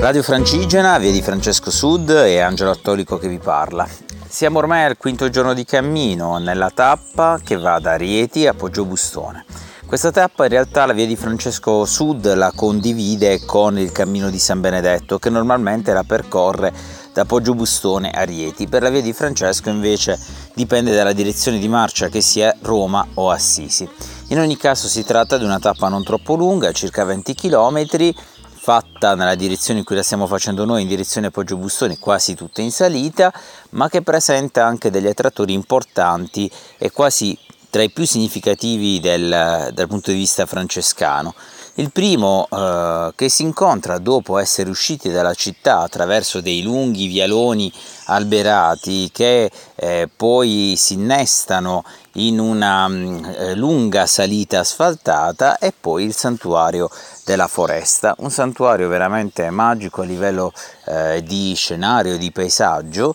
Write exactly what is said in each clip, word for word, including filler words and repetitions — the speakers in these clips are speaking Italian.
Radio Francigena, via di Francesco Sud e Angelo Attolico che vi parla. Siamo ormai al quinto giorno di cammino nella tappa che va da Rieti a Poggio-Bustone. Questa tappa in realtà la via di Francesco Sud la condivide con il cammino di San Benedetto, che normalmente la percorre da Poggio-Bustone a Rieti. Per la via di Francesco invece dipende dalla direzione di marcia, che sia Roma o Assisi. In ogni caso si tratta di una tappa non troppo lunga, circa venti chilometri, fatta nella direzione in cui la stiamo facendo noi, in direzione Poggio-Bustone, quasi tutta in salita, ma che presenta anche degli attrattori importanti e quasi tra i più significativi del, dal punto di vista francescano. Il primo eh, che si incontra dopo essere usciti dalla città attraverso dei lunghi vialoni alberati che eh, poi si innestano in una eh, lunga salita asfaltata, è poi il santuario della foresta, un santuario veramente magico a livello eh, di scenario, di paesaggio,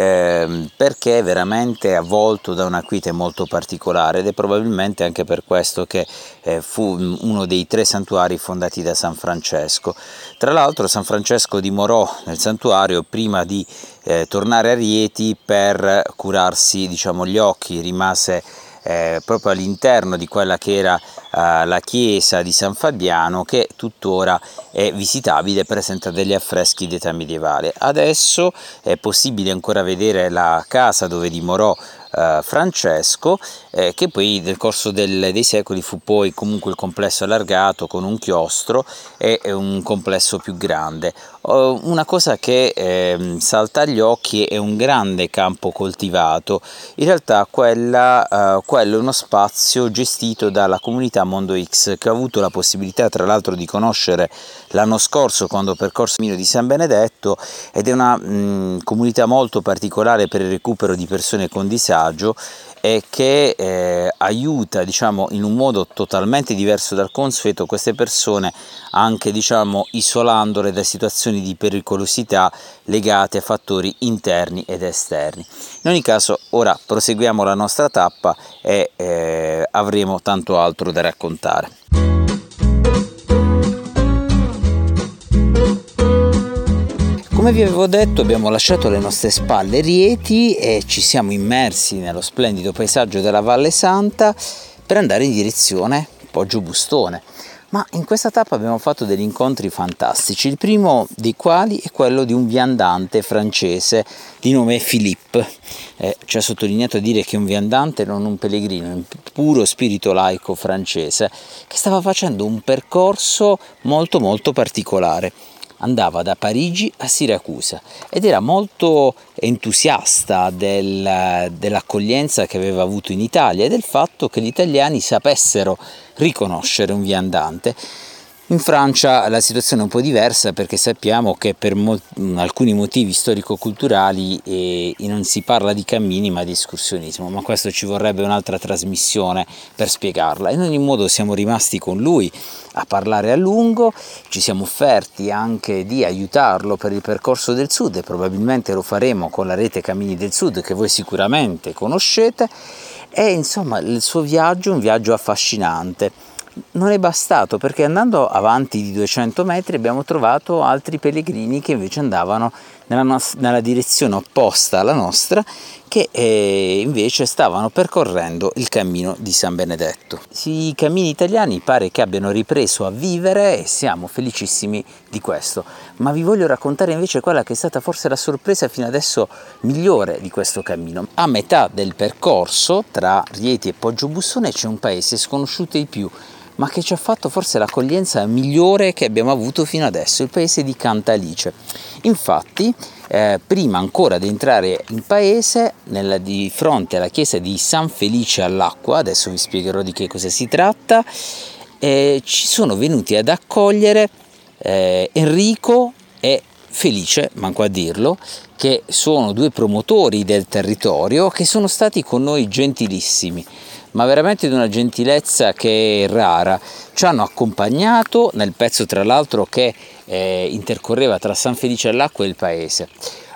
eh, perché è veramente avvolto da una quiete molto particolare, ed è probabilmente anche per questo che eh, fu uno dei tre santuari fondati da San Francesco. Tra l'altro San Francesco dimorò nel santuario prima di eh, tornare a Rieti per curarsi, diciamo, gli occhi, rimase Eh, proprio all'interno di quella che era eh, la chiesa di San Fabiano, che tuttora è visitabile, presenta degli affreschi di età medievale. Adesso è possibile ancora vedere la casa dove dimorò eh, Francesco, eh, che poi nel corso del, dei secoli fu poi comunque il complesso allargato con un chiostro e un complesso più grande. Uh, una cosa che eh, salta agli occhi è un grande campo coltivato. In realtà quella, uh, quello è uno spazio gestito dalla comunità Mondo X, che ho avuto la possibilità tra l'altro di conoscere l'anno scorso quando ho percorso il cammino di San Benedetto, ed è una mh, comunità molto particolare per il recupero di persone con disagio e che eh, aiuta, diciamo, in un modo totalmente diverso dal consueto queste persone, anche, diciamo, isolandole da situazioni di pericolosità legate a fattori interni ed esterni. In ogni caso, ora proseguiamo la nostra tappa e eh, avremo tanto altro da raccontare. Come vi avevo detto, abbiamo lasciato alle nostre spalle Rieti e ci siamo immersi nello splendido paesaggio della Valle Santa per andare in direzione Poggio-Bustone. Ma in questa tappa abbiamo fatto degli incontri fantastici, il primo dei quali è quello di un viandante francese di nome Philippe. Eh, ci ha sottolineato a dire che è un viandante, non un pellegrino, un puro spirito laico francese, che stava facendo un percorso molto molto particolare. Andava da Parigi a Siracusa ed era molto entusiasta del, dell'accoglienza che aveva avuto in Italia e del fatto che gli italiani sapessero riconoscere un viandante. In Francia la situazione è un po' diversa, perché sappiamo che per mo- alcuni motivi storico-culturali eh, non si parla di cammini ma di escursionismo, ma questo ci vorrebbe un'altra trasmissione per spiegarla. In ogni modo siamo rimasti con lui a parlare a lungo, ci siamo offerti anche di aiutarlo per il percorso del Sud e probabilmente lo faremo con la rete Cammini del Sud, che voi sicuramente conoscete, e insomma il suo viaggio è un viaggio affascinante. Non è bastato, perché andando avanti di duecento metri abbiamo trovato altri pellegrini che invece andavano nella, nos- nella direzione opposta alla nostra, che eh, invece stavano percorrendo il cammino di San Benedetto. I cammini italiani pare che abbiano ripreso a vivere e siamo felicissimi di questo, ma vi voglio raccontare invece quella che è stata forse la sorpresa fino adesso migliore di questo cammino. A metà del percorso tra Rieti e Poggio-Bustone c'è un paese sconosciuto ai più, ma che ci ha fatto forse l'accoglienza migliore che abbiamo avuto fino adesso, il paese di Cantalice. Infatti, eh, prima ancora di entrare in paese, nella, di fronte alla chiesa di San Felice all'Acqua, adesso vi spiegherò di che cosa si tratta, eh, ci sono venuti ad accogliere eh, Enrico e Felice, manco a dirlo, che sono due promotori del territorio, che sono stati con noi gentilissimi, ma veramente di una gentilezza che è rara. Ci hanno accompagnato nel pezzo, tra l'altro, che eh, intercorreva tra San Felice all'Acqua e il paese.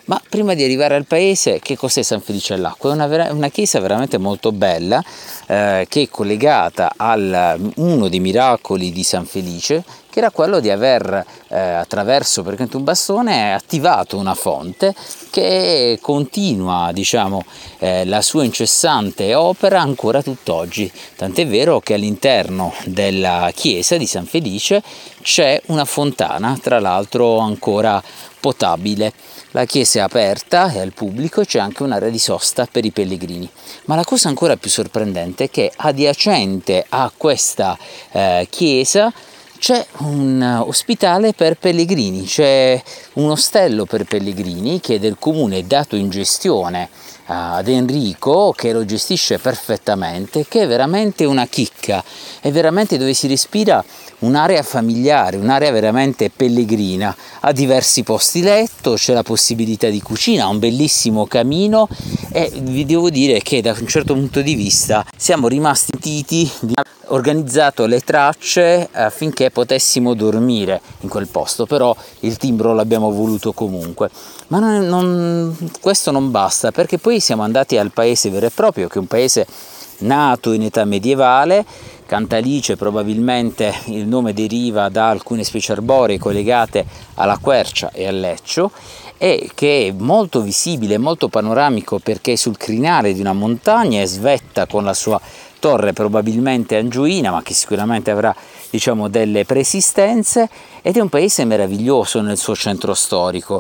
Ma prima di arrivare al paese, che cos'è San Felice all'Acqua? È una, vera- una chiesa veramente molto bella, eh, che è collegata a uno dei miracoli di San Felice, che era quello di aver eh, attraverso praticamente un bastone attivato una fonte che continua, diciamo, eh, la sua incessante opera ancora tutt'oggi. Tant'è vero che all'interno della chiesa di San Felice c'è una fontana, tra l'altro ancora potabile. La chiesa è aperta, è al pubblico e c'è anche un'area di sosta per i pellegrini. Ma la cosa ancora più sorprendente è che adiacente a questa eh, chiesa c'è un ospitale per pellegrini, c'è un ostello per pellegrini che del comune è dato in gestione ad Enrico, che lo gestisce perfettamente, che è veramente una chicca, è veramente dove si respira un'area familiare, un'area veramente pellegrina, ha diversi posti letto, c'è la possibilità di cucina, un bellissimo camino e vi devo dire che da un certo punto di vista siamo rimasti titi di organizzato le tracce affinché potessimo dormire in quel posto, però il timbro l'abbiamo voluto comunque. Ma non, non, questo non basta, perché poi siamo andati al paese vero e proprio, che è un paese nato in età medievale. Cantalice, probabilmente il nome deriva da alcune specie arboree collegate alla quercia e al leccio, e che è molto visibile, molto panoramico, perché è sul crinale di una montagna e svetta con la sua torre probabilmente angioina, ma che sicuramente avrà, diciamo, delle preesistenze, ed è un paese meraviglioso nel suo centro storico.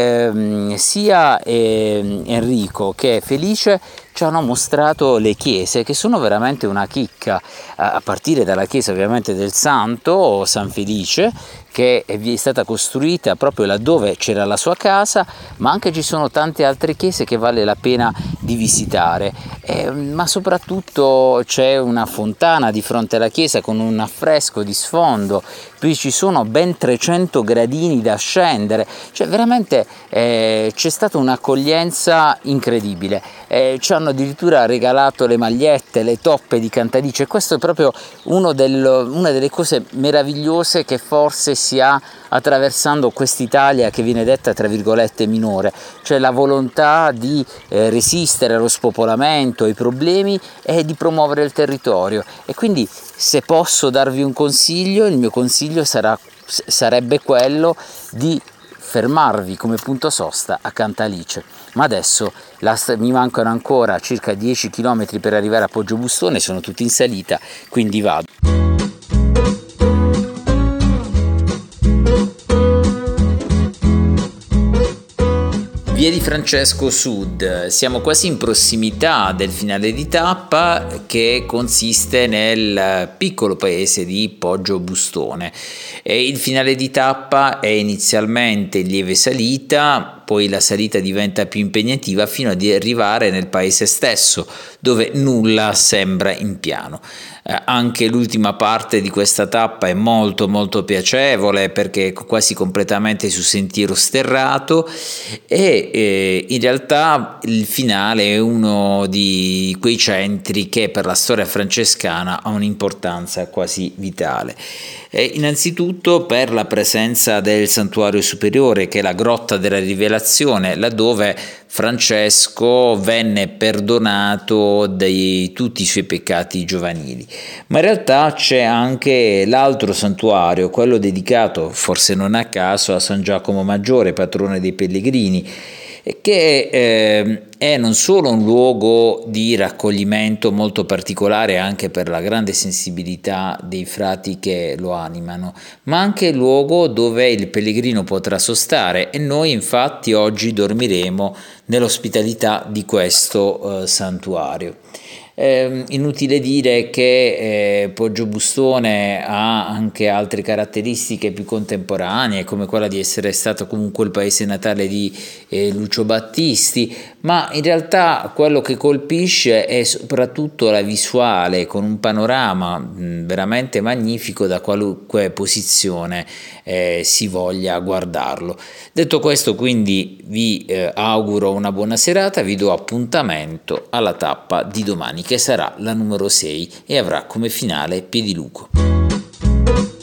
Eh, sia eh, Enrico che Felice ci hanno mostrato le chiese, che sono veramente una chicca, a partire dalla chiesa ovviamente del Santo, San Felice, che è stata costruita proprio laddove c'era la sua casa, ma anche ci sono tante altre chiese che vale la pena di visitare, eh, ma soprattutto c'è una fontana di fronte alla chiesa con un affresco di sfondo, qui ci sono ben trecento gradini da scendere, cioè veramente eh, c'è stata un'accoglienza incredibile, eh, ci hanno addirittura regalato le magliette, le toppe di Cantalice, e questo è proprio uno del, una delle cose meravigliose che forse si ha attraversando quest'Italia che viene detta tra virgolette minore, cioè la volontà di eh, resistere allo spopolamento, ai problemi e di promuovere il territorio. E quindi, se posso darvi un consiglio, il mio consiglio sarà, sarebbe quello di fermarvi come punto sosta a Cantalice. Ma adesso la, mi mancano ancora circa dieci chilometri per arrivare a Poggiobustone, sono tutti in salita, quindi vado. Via di Francesco Sud, siamo quasi in prossimità del finale di tappa, che consiste nel piccolo paese di Poggiobustone. E il finale di tappa è inizialmente in lieve salita, poi la salita diventa più impegnativa fino ad arrivare nel paese stesso, dove nulla sembra in piano. Eh, anche l'ultima parte di questa tappa è molto molto piacevole, perché è quasi completamente su sentiero sterrato, e eh, in realtà il finale è uno di quei centri che per la storia francescana ha un'importanza quasi vitale. Eh, innanzitutto per la presenza del santuario superiore, che è la grotta della rivelazione, laddove Francesco venne perdonato di tutti i suoi peccati giovanili. Ma in realtà c'è anche l'altro santuario, quello dedicato, forse non a caso, a San Giacomo Maggiore, patrone dei pellegrini, che eh, è non solo un luogo di raccoglimento molto particolare anche per la grande sensibilità dei frati che lo animano, ma anche il luogo dove il pellegrino potrà sostare, e noi infatti oggi dormiremo nell'ospitalità di questo eh, santuario. Eh, inutile dire che eh, Poggiobustone ha anche altre caratteristiche più contemporanee, come quella di essere stato comunque il paese natale di eh, Lucio Battisti, ma in realtà quello che colpisce è soprattutto la visuale, con un panorama mh, veramente magnifico da qualunque posizione eh, si voglia guardarlo. Detto questo, quindi vi eh, auguro una buona serata, vi do appuntamento alla tappa di domani, che sarà la numero sei e avrà come finale Piediluco.